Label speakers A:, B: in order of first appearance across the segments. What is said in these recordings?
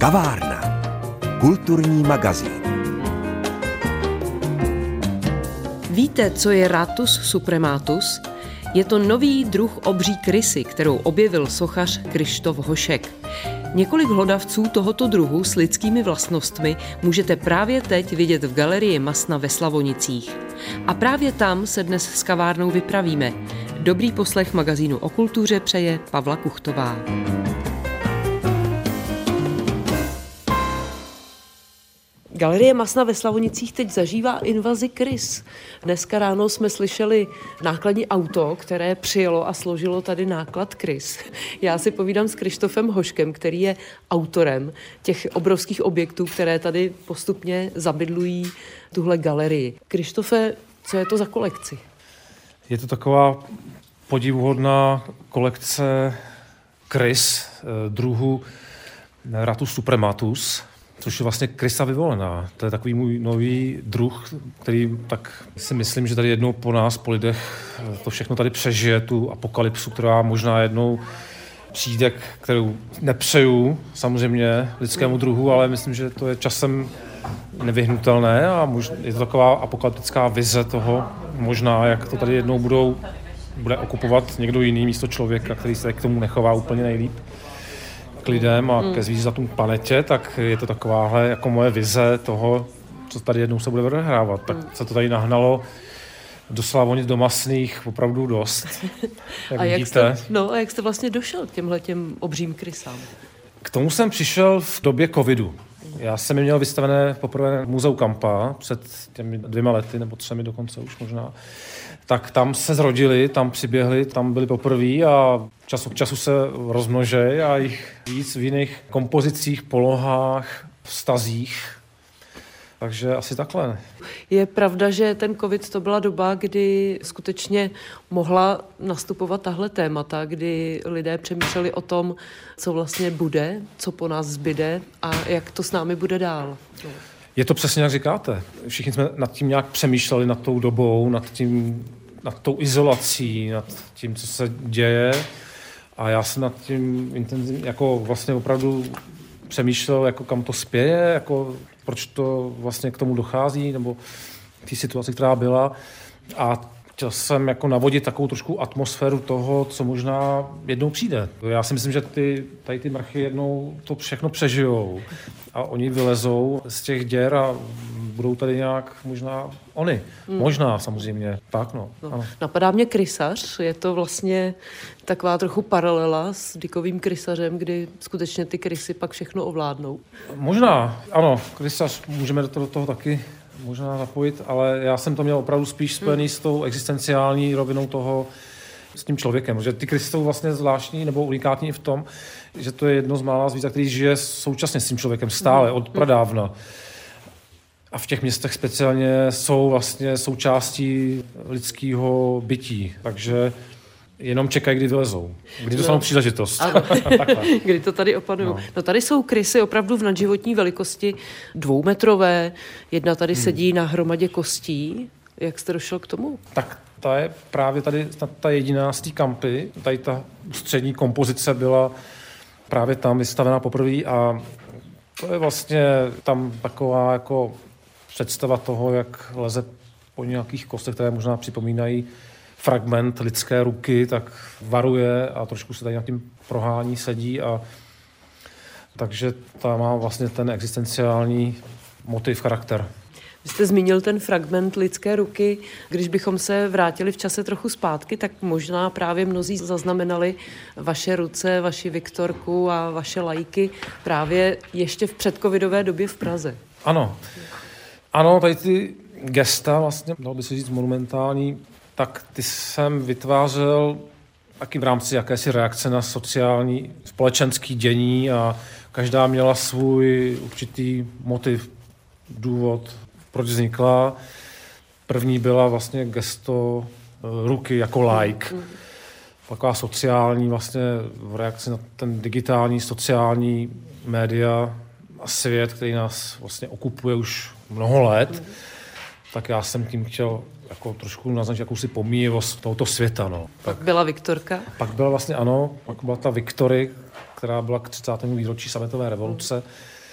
A: Kavárna. Kulturní magazín.
B: Víte, co je Ratus suprematus? Je to nový druh obří krysy, kterou objevil sochař Kryštof Hošek. Několik hlodavců tohoto druhu s lidskými vlastnostmi můžete právě teď vidět v galerii Masna ve Slavonicích. A právě tam se dnes s kavárnou vypravíme. Dobrý poslech magazínu o kultuře přeje Pavla Kuchtová. Galerie Masna ve Slavonicích teď zažívá invazi krys. Dneska ráno jsme slyšeli nákladní auto, které přijelo a složilo tady náklad krys. Já si povídám s Kryštofem Hoškem, který je autorem těch obrovských objektů, které tady postupně zabydlují tuhle galerii. Kryštofe, co je to za kolekci?
C: Je to taková podivuhodná kolekce krys druhu Ratus suprematus, což je vlastně krysa vyvolená. To je takový můj nový druh, který tak si myslím, že tady jednou po nás, po lidech, to všechno tady přežije, tu apokalypsu, která možná jednou přijde, kterou nepřeju samozřejmě lidskému druhu, ale myslím, že to je časem nevyhnutelné a je to taková apokalyptická vize toho, možná, jak to tady jednou bude okupovat někdo jiný místo člověka, který se k tomu nechová úplně nejlíp k lidem a ke zvířatům planetě, tak je to takováhle jako moje vize toho, co tady jednou se bude odehrávat. Tak se to tady nahnalo do Slavonic, do Masných opravdu dost.
B: Jak jste vlastně došel k těm obřím krysám?
C: K tomu jsem přišel v době covidu. Já jsem je měl vystavené poprvé v muzeu Kampa před těmi 2 lety, nebo 3 dokonce už možná. Tak tam se zrodili, tam přiběhli, tam byli poprví a čas od času se rozmnožejí a jich víc v jiných kompozicích, polohách, vztazích. Takže asi takhle.
B: Je pravda, že ten covid to byla doba, kdy skutečně mohla nastupovat tahle témata, kdy lidé přemýšleli o tom, co vlastně bude, co po nás zbyde a jak to s námi bude dál.
C: Je to přesně, jak říkáte. Všichni jsme nad tím nějak přemýšleli, nad tou dobou, nad tou izolací, nad tím, co se děje. A já jsem nad tím intenzivně, jako vlastně opravdu přemýšlel, jako kam to spěje, jako proč to vlastně k tomu dochází, nebo k té situaci, která byla. A chtěl jsem jako navodit takovou trošku atmosféru toho, co možná jednou přijde. Já si myslím, že tady ty mrchy jednou to všechno přežijou a oni vylezou z těch děr a budou tady nějak možná oni. Možná samozřejmě. Tak no. Ano.
B: Napadá mě krysař. Je to vlastně taková trochu paralela s Dickovým krysařem, kdy skutečně ty krysy pak všechno ovládnou.
C: Možná, ano. Krysař můžeme do toho taky možná zapojit, ale já jsem to měl opravdu spíš spojený s tou existenciální rovinou toho, s tím člověkem. Že ty krysy jsou vlastně zvláštní nebo unikátní v tom, že to je jedno z mála zvířat, který žije současně s tím člověkem stále, od pradávna. A v těch městech speciálně jsou vlastně součástí lidského bytí. Takže jenom čekají, kdy vylezou. Kdy dostanou příležitost.
B: Kdy to tady opanují. No tady jsou krysy opravdu v nadživotní velikosti 2metrové. Jedna tady sedí na hromadě kostí. Jak jste došel k tomu?
C: Tak ta je právě tady ta jediná z té kampy. Tady ta ústřední kompozice byla právě tam vystavená poprvé a to je vlastně tam taková jako představa toho, jak leze po nějakých kostech, které možná připomínají fragment lidské ruky, tak varuje a trošku se tady nad tím prohání, sedí a takže ta má vlastně ten existenciální motiv, charakter.
B: Vy jste zmínil ten fragment lidské ruky. Když bychom se vrátili v čase trochu zpátky, tak možná právě mnozí zaznamenali vaše ruce, vaši Viktorku a vaše lajky právě ještě v předcovidové době v Praze.
C: Ano, tady ty gesta vlastně, dalo by se říct monumentální, tak ty jsem vytvářel taky v rámci jakési reakce na sociální, společenský dění a každá měla svůj určitý motiv, důvod, proč vznikla. První byla vlastně gesto ruky jako like. Taková sociální vlastně v reakci na ten digitální, sociální média a svět, který nás vlastně okupuje už mnoho let. Tak já jsem tím chtěl jako trošku naznačit jakousi pomíjivost tohoto světa. No.
B: Pak byla Viktorka?
C: Pak byla vlastně, ano, pak byla ta Viktory, která byla k 30. výročí sametové revoluce.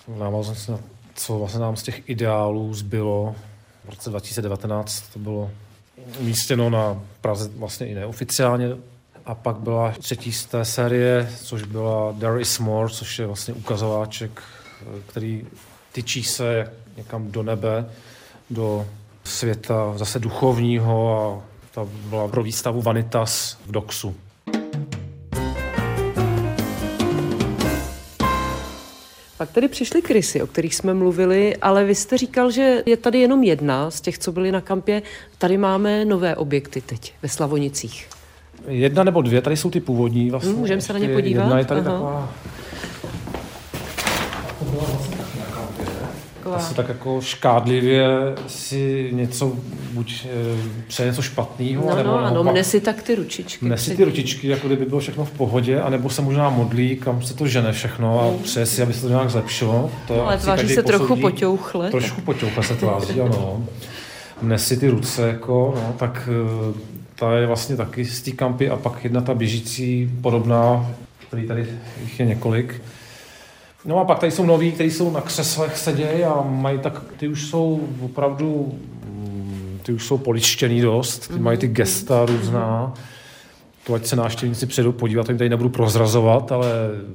C: návaznost na co vlastně nám z těch ideálů zbylo. V roce 2019 to bylo umístěno na Praze vlastně i neoficiálně. A pak byla třetí z té série, což byla There is More, což je vlastně ukazováček, který tyčí se někam do nebe, do světa zase duchovního, a ta byla pro výstavu Vanitas v Doxu.
B: Pak tady přišly krysy, o kterých jsme mluvili, ale vy jste říkal, že je tady jenom jedna z těch, co byly na kampě. Tady máme nové objekty teď ve Slavonicích.
C: Jedna nebo dvě, tady jsou ty původní. Vlastně.
B: Můžeme se na ně podívat?
C: Jedna je tady taková... To byla vlastně taky na kampě. Asi tak jako škádlivě si něco, buď přeje něco špatného, nebo
B: ano, mne si tak ty ručičky.
C: Mne si ty ručičky, jako kdyby bylo všechno v pohodě, anebo se možná modlí, kam se to žene všechno a přeje si, aby se to nějak zlepšilo. To
B: ale tváří se trochu poťouchle.
C: Trošku poťouchle se tváří, ano. Mne si ty ruce, jako, no, tak ta je vlastně taky z té kampy, a pak jedna ta běžící podobná, který tady jich je několik. No a pak tady jsou noví, kteří jsou na křeslech sedějí a mají tak, ty už jsou opravdu, ty už jsou poličtěný dost, ty mají ty gesta různá. To ať se návštěvníci přijdou podívat, to jim tady nebudu prozrazovat, ale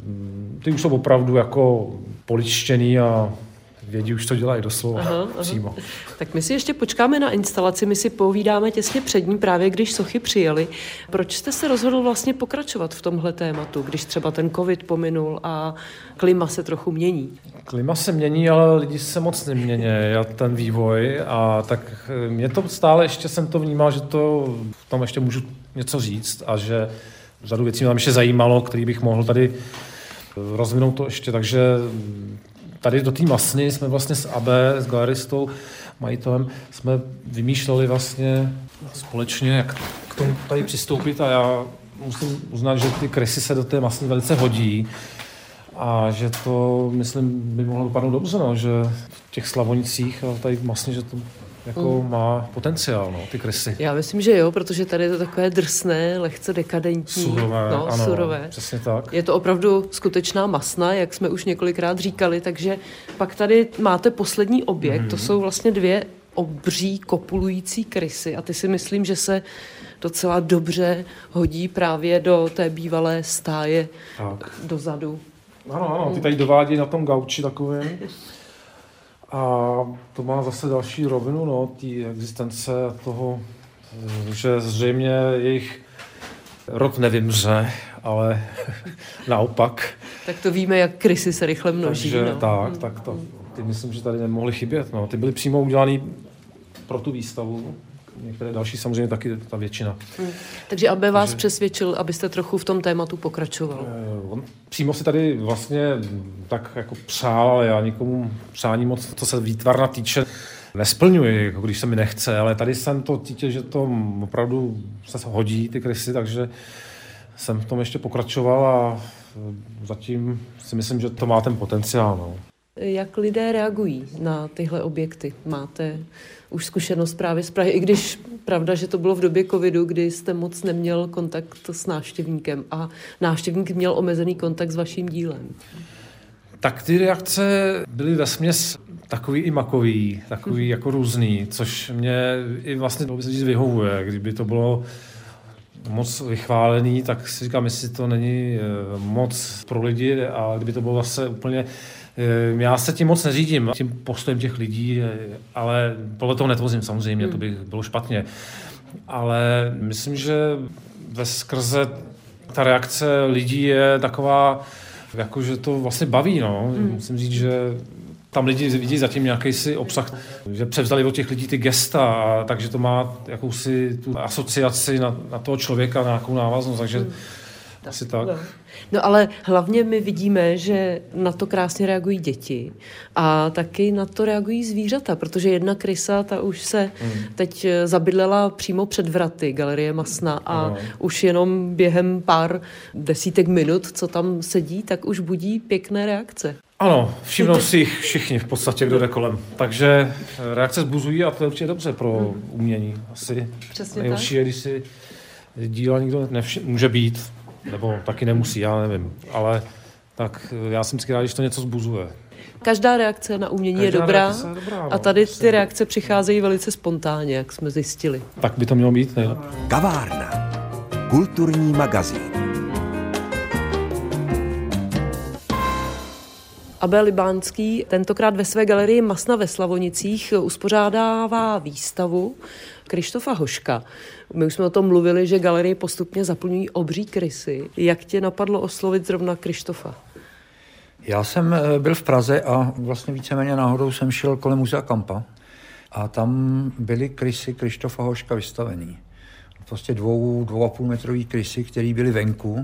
C: ty už jsou opravdu jako poličtěný a vědí už to dělají doslova přímo.
B: Tak my si ještě počkáme na instalaci, my si povídáme těsně před ní, právě když sochy přijeli. Proč jste se rozhodl vlastně pokračovat v tomhle tématu, když třeba ten covid pominul a klima se trochu mění?
C: Klima se mění, ale lidi se moc nemění, ten vývoj, a tak mě to stále ještě jsem to vnímal, že to tam ještě můžu něco říct a že řadu věcí mě tam ještě zajímalo, který bych mohl tady rozvinout to ještě, takže tady do té masny jsme vlastně s AB, s galeristou, majitelem, jsme vymýšleli vlastně společně, jak k tomu tady přistoupit, a já musím uznat, že ty krysy se do té masny velice hodí a že to, myslím, by mohlo dopadnout dobře, no, že v těch Slavonicích a tady v masně, že to jako má potenciál, no, ty krysy.
B: Já myslím, že jo, protože tady je to takové drsné, lehce dekadentní.
C: Surové, ano,
B: surové.
C: Přesně tak.
B: Je to opravdu skutečná masna, jak jsme už několikrát říkali, takže pak tady máte poslední objekt, to jsou vlastně dvě obří kopulující krysy a ty si myslím, že se docela dobře hodí právě do té bývalé stáje tak dozadu.
C: Ano, ty tady dovádí na tom gauči takovým. A to má zase další rovinu, no, té existence toho, že zřejmě jejich rod nevymře, ale naopak.
B: Tak to víme, jak krysy se rychle množí.
C: Takže, tak to, ty myslím, že tady nemohly chybět. No. Ty byly přímo udělaný pro tu výstavu. Některé další samozřejmě taky, ta většina.
B: Takže aby vás přesvědčil, abyste trochu v tom tématu pokračoval.
C: On přímo si tady vlastně tak jako přál, ale já nikomu přání moc, co se výtvarna týče, nesplňuji, jako když se mi nechce, ale tady jsem to cítil, že to opravdu se hodí, ty krysy, takže jsem v tom ještě pokračoval a zatím si myslím, že to má ten potenciál. No.
B: Jak lidé reagují na tyhle objekty? Máte už zkušenost právě z Prahy, i když pravda, že to bylo v době covidu, kdy jste moc neměl kontakt s návštěvníkem a návštěvník měl omezený kontakt s vaším dílem.
C: Tak ty reakce byly vesměs takový i makový, takový jako různý, což mě i vlastně vyhovuje. Kdyby to bylo moc vychválený, tak si říkám, jestli to není moc pro lidi, a kdyby to bylo zase úplně... Já se tím moc neřídím, tím postojem těch lidí, ale podle toho netvozím samozřejmě, to by bylo špatně. Ale myslím, že veskrze ta reakce lidí je taková, jako že to vlastně baví, no. Musím říct, že tam lidi vidí zatím nějaký si obsah, že převzali od těch lidí ty gesta, takže to má jakousi tu asociaci na toho člověka, na nějakou návaznost, takže asi tak.
B: No ale hlavně my vidíme, že na to krásně reagují děti a taky na to reagují zvířata, protože jedna krysa, ta už se teď zabydlela přímo před vraty Galerie Masna a už jenom během pár desítek minut, co tam sedí, tak už budí pěkné reakce.
C: Ano, všimnou si jich všichni v podstatě, kdo jde kolem. Takže reakce zbuzují a to je určitě dobře pro umění. Asi nejhorší je, když si díla nikdo může být. Nebo taky nemusí, já nevím. Ale tak já jsem si rád, když to něco zbuzuje.
B: Každá reakce na umění je dobrá
C: no,
B: a tady ty reakce přicházejí velice spontánně, jak jsme zjistili.
C: Tak by to mělo být nejlepší.
A: Kavárna. Kulturní magazín.
B: Abel Libánský tentokrát ve své galerii Masna ve Slavonicích uspořádává výstavu Krištofa Hoška. My už jsme o tom mluvili, že galerie postupně zaplňují obří krysy. Jak tě napadlo oslovit zrovna Krištofa?
D: Já jsem byl v Praze a vlastně víceméně náhodou jsem šel kolem muzea Kampa a tam byly krysy Krištofa Hoška vystavený. Prostě 2,5 metrový krysy, které byly venku,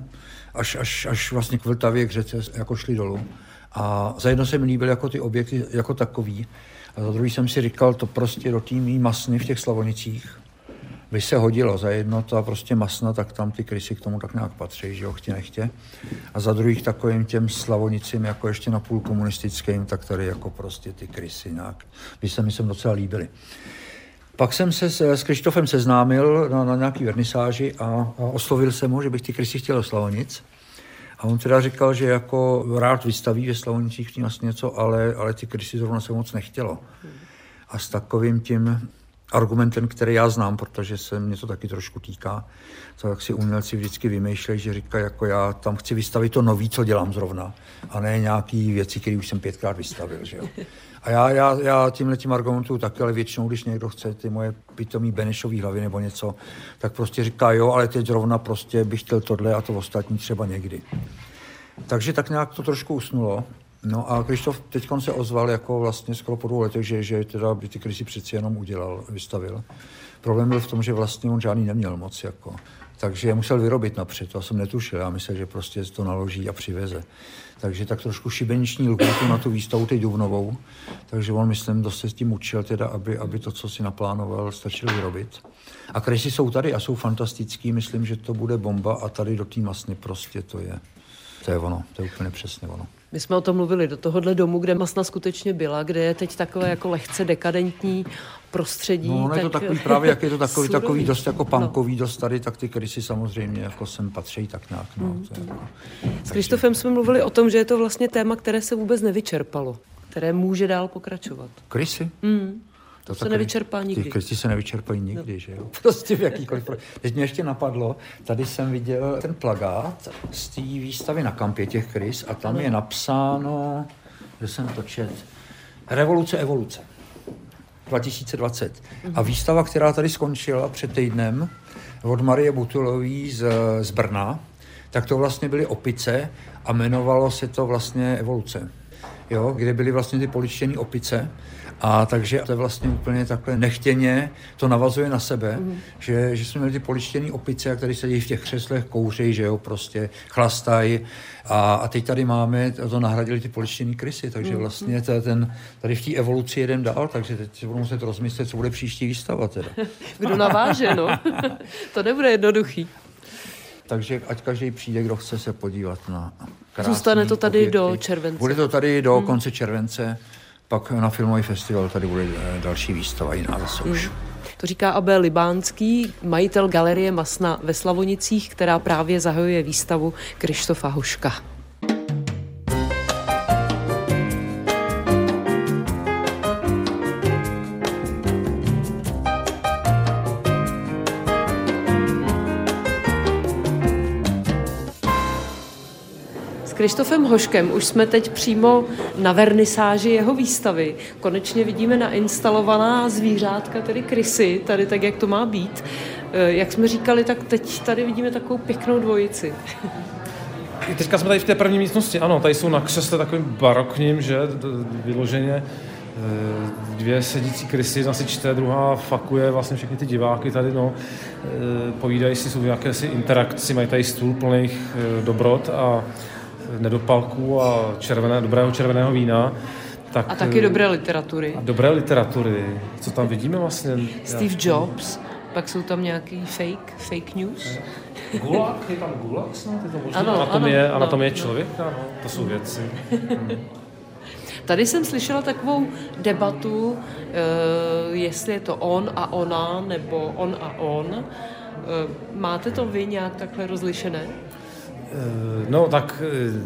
D: až vlastně k Vltavě, k řece, jako šli dolů. A za jedno se mi líbily jako ty objekty jako takový. A za druhý jsem si říkal, to prostě do té mý masny v těch Slavonicích by se hodilo. Za jedno ta prostě masna, tak tam ty krysy k tomu tak nějak patří, že jo, chtě nechtě. A za druhých takovým těm Slavonicím, jako ještě napůl komunistickým, tak tady jako prostě ty krysy nějak by se mi sem docela líbily. Pak jsem se s Krištofem seznámil na nějaký vernisáži a oslovil jsem ho, že bych ty krysy chtěl do Slavonic. A on teda říkal, že jako rád vystaví ve Slavonicích vlastně něco, ale ty krysy zrovna se moc nechtělo. A s takovým tím argumentem, který já znám, protože se mě to taky trošku týká, to jak si umělci vždycky vymýšlejí, že říkají, jako já tam chci vystavit to nový, co dělám zrovna, a ne nějaký věci, které už jsem 5krát vystavil, že jo. A já tímhletím argumentuju taky, ale většinou, když někdo chce ty moje pitomý Benešový hlavy nebo něco, tak prostě říká, jo, ale teď zrovna prostě bych chtěl tohle a to ostatní třeba někdy. Takže tak nějak to trošku usnulo. No a Krištof teď se ozval jako vlastně skoro po 2 letech, že teda by ty krysy přeci jenom vystavil. Problém byl v tom, že vlastně on žádný neměl moc jako. Takže je musel vyrobit napřed, to jsem netušil, já myslel, že prostě to naloží a přiveze. Takže tak trošku šibeniční lhůtu na tu výstavu teď dubnovou, takže on, myslím, dost se s tím učil teda, aby to, co si naplánoval, stačilo vyrobit. A krysy jsou tady a jsou fantastický, myslím, že to bude bomba a tady do té masny prostě to je ono, to je úplně přesně ono.
B: My jsme o tom mluvili do tohohle domu, kde masna skutečně byla, kde je teď takové jako lehce dekadentní prostředí.
D: No, je to takový právě, jak je to takový dost jako punkový, dost tady, tak ty krysy samozřejmě jako sem patří tak nějak. No,
B: S Krištofem jsme mluvili o tom, že je to vlastně téma, které se vůbec nevyčerpalo, které může dál pokračovat.
D: Krysy?
B: To se nevyčerpá nikdy.
D: Ty krysy se nevyčerpají nikdy, že jo? Prostě v jakýkoliv... Teď mě ještě napadlo, tady jsem viděl ten plakát z té výstavy na Kampě těch krys a tam je napsáno, že jsem to čet, Revoluce, evoluce 2020. A výstava, která tady skončila před týdnem od Marie Butulový z Brna, tak to vlastně byly opice a jmenovalo se to vlastně Evoluce. Jo, kde byly vlastně ty poličtěné opice. A takže to je vlastně úplně takhle nechtěně, to navazuje na sebe, že jsme měli ty poličtěné opice, jak tady sedí v těch křeslech, kouřejí, že jo, prostě chlastají. A teď tady máme, to nahradili ty poličtěné krysy, takže vlastně tady v té evoluci jedem dál, takže teď se budou muset rozmyslet, co bude příští výstava teda.
B: Kdo naváže, no? To nebude jednoduchý.
D: Takže ať každý přijde, kdo chce se podívat na krásný
B: Zůstane to tady
D: objekty.
B: do července.
D: Bude to tady do konce července, pak na filmový festival tady bude další výstava jiná zase už.
B: To říká Abel Libánský, majitel galerie Masna ve Slavonicích, která právě zahajuje výstavu Krištofa Hoška. Krištofem Hoškem už jsme teď přímo na vernisáži jeho výstavy. Konečně vidíme nainstalovaná zvířátka, tedy krysy, tady tak, jak to má být. Jak jsme říkali, tak teď tady vidíme takovou pěknou dvojici.
C: Teďka jsme tady v té první místnosti, ano, tady jsou na křesle takovým barokním, že, vyloženě 2 sedící krysy, jedna si čte, druhá fakuje vlastně všechny ty diváky tady, no, povídají si, jsou v jakési interakci, mají tady stůl plných dobrot a nedopalků a dobrého červeného vína. Tak,
B: a taky dobré literatury.
C: Dobré literatury. Co tam vidíme vlastně?
B: Steve Jobs, pak jsou tam nějaký fake news.
C: Gulag, je tam gulag snad? Je to možná
B: ano,
C: anatomie člověka? No, to jsou věci.
B: Tady jsem slyšela takovou debatu, jestli je to on a ona, nebo on a on. Máte to vy nějak takhle rozlišené?
C: No tak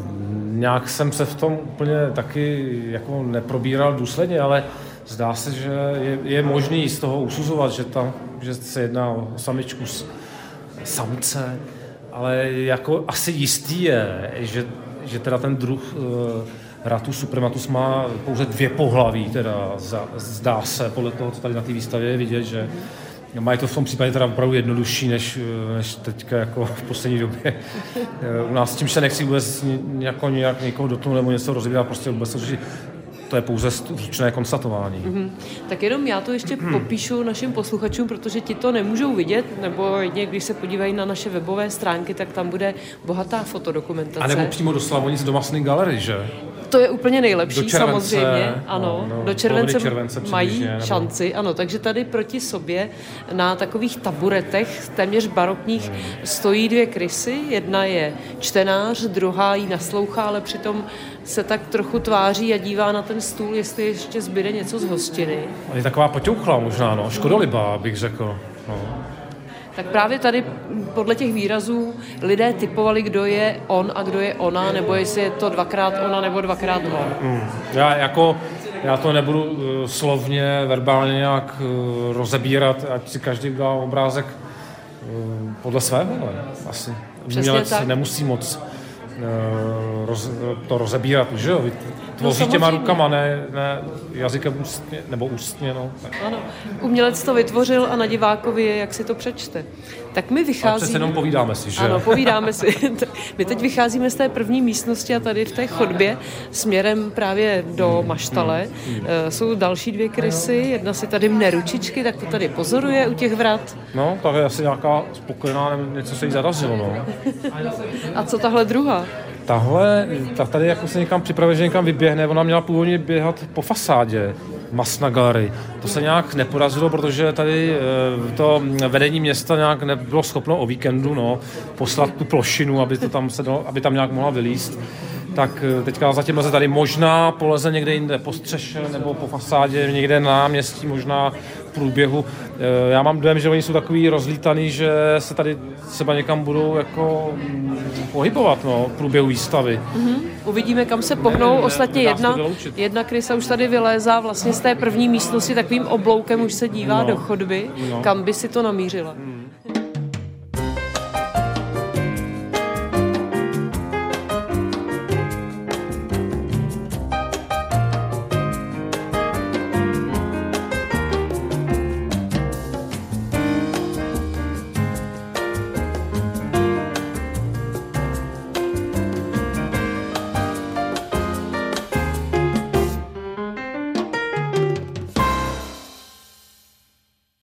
C: Nějak jsem se v tom úplně taky jako neprobíral důsledně, ale zdá se, že je možný z toho usuzovat, že se jedná o samičku samce, ale jako asi jistý je, že teda ten druh Ratus suprematus má pouze 2 pohlaví, teda zdá se, podle toho, co tady na té výstavě je vidět, že mají to v tom případě teda opravdu jednodušší, než teďka jako v poslední době. U nás s tím se nechci vůbec nějak někoho dotknout nebo něco rozvídat, prostě vůbec to je pouze stručné konstatování.
B: Tak jenom já to ještě popíšu našim posluchačům, protože ti to nemůžou vidět, nebo jedně, když se podívají na naše webové stránky, tak tam bude bohatá fotodokumentace.
C: A nebo přímo do Slavonic do Masny Galerie, že?
B: To je úplně nejlepší,
C: do července,
B: samozřejmě. Ano, do července mají
C: nebo...
B: šanci. Ano, takže tady proti sobě na takových taburetech téměř barokních stojí 2 krysy. Jedna je čtenář, druhá jí naslouchá, ale přitom se tak trochu tváří a dívá na ten stůl, jestli ještě zbyde něco z hostiny.
C: Je taková poťouchlá možná, no, škodolibá, bych řekl. No.
B: Tak právě tady podle těch výrazů lidé typovali, kdo je on a kdo je ona, nebo jestli je to 2x ona nebo 2x on.
C: Já to nebudu slovně, verbálně nějak rozebírat, ať si každý dá obrázek podle svého, asi. Umělec nemusí moc to rozebírat, že jo? Tvoří těma rukama, ne jazykem ústně, nebo ústně, no.
B: Ano, umělec to vytvořil a na divákovi je, jak si to přečte. Tak my vycházíme...
C: A přece jenom povídáme si, že?
B: Ano, povídáme si. My teď vycházíme z té první místnosti a tady v té chodbě směrem právě do maštale jsou další 2 krysy. Jedna si tady mne ručičky, tak to tady pozoruje u těch vrat.
C: No, tak je asi nějaká spokojená, něco se jí zadařilo, no.
B: A co tahle druhá?
C: Ta tady jako se někam připravuje, že někam vyběhne. Ona měla původně běhat po fasádě Masna Galerie. To se nějak nepodařilo, protože tady to vedení města nějak nebylo schopno o víkendu poslat tu plošinu, aby tam nějak mohla vylízt. Tak teďka zatím leze tady možná poleze někde jinde po střeše nebo po fasádě, někde na náměstí, možná v průběhu. Já mám dojem, že oni jsou takový rozlítaný, že se tady třeba někam budou jako pohybovat v průběhu výstavy.
B: Uvidíme, kam se pohnou. Ostatně jedna krysa už tady vylézá vlastně z té první místnosti, takovým obloukem už se dívá do chodby, kam by si to namířila.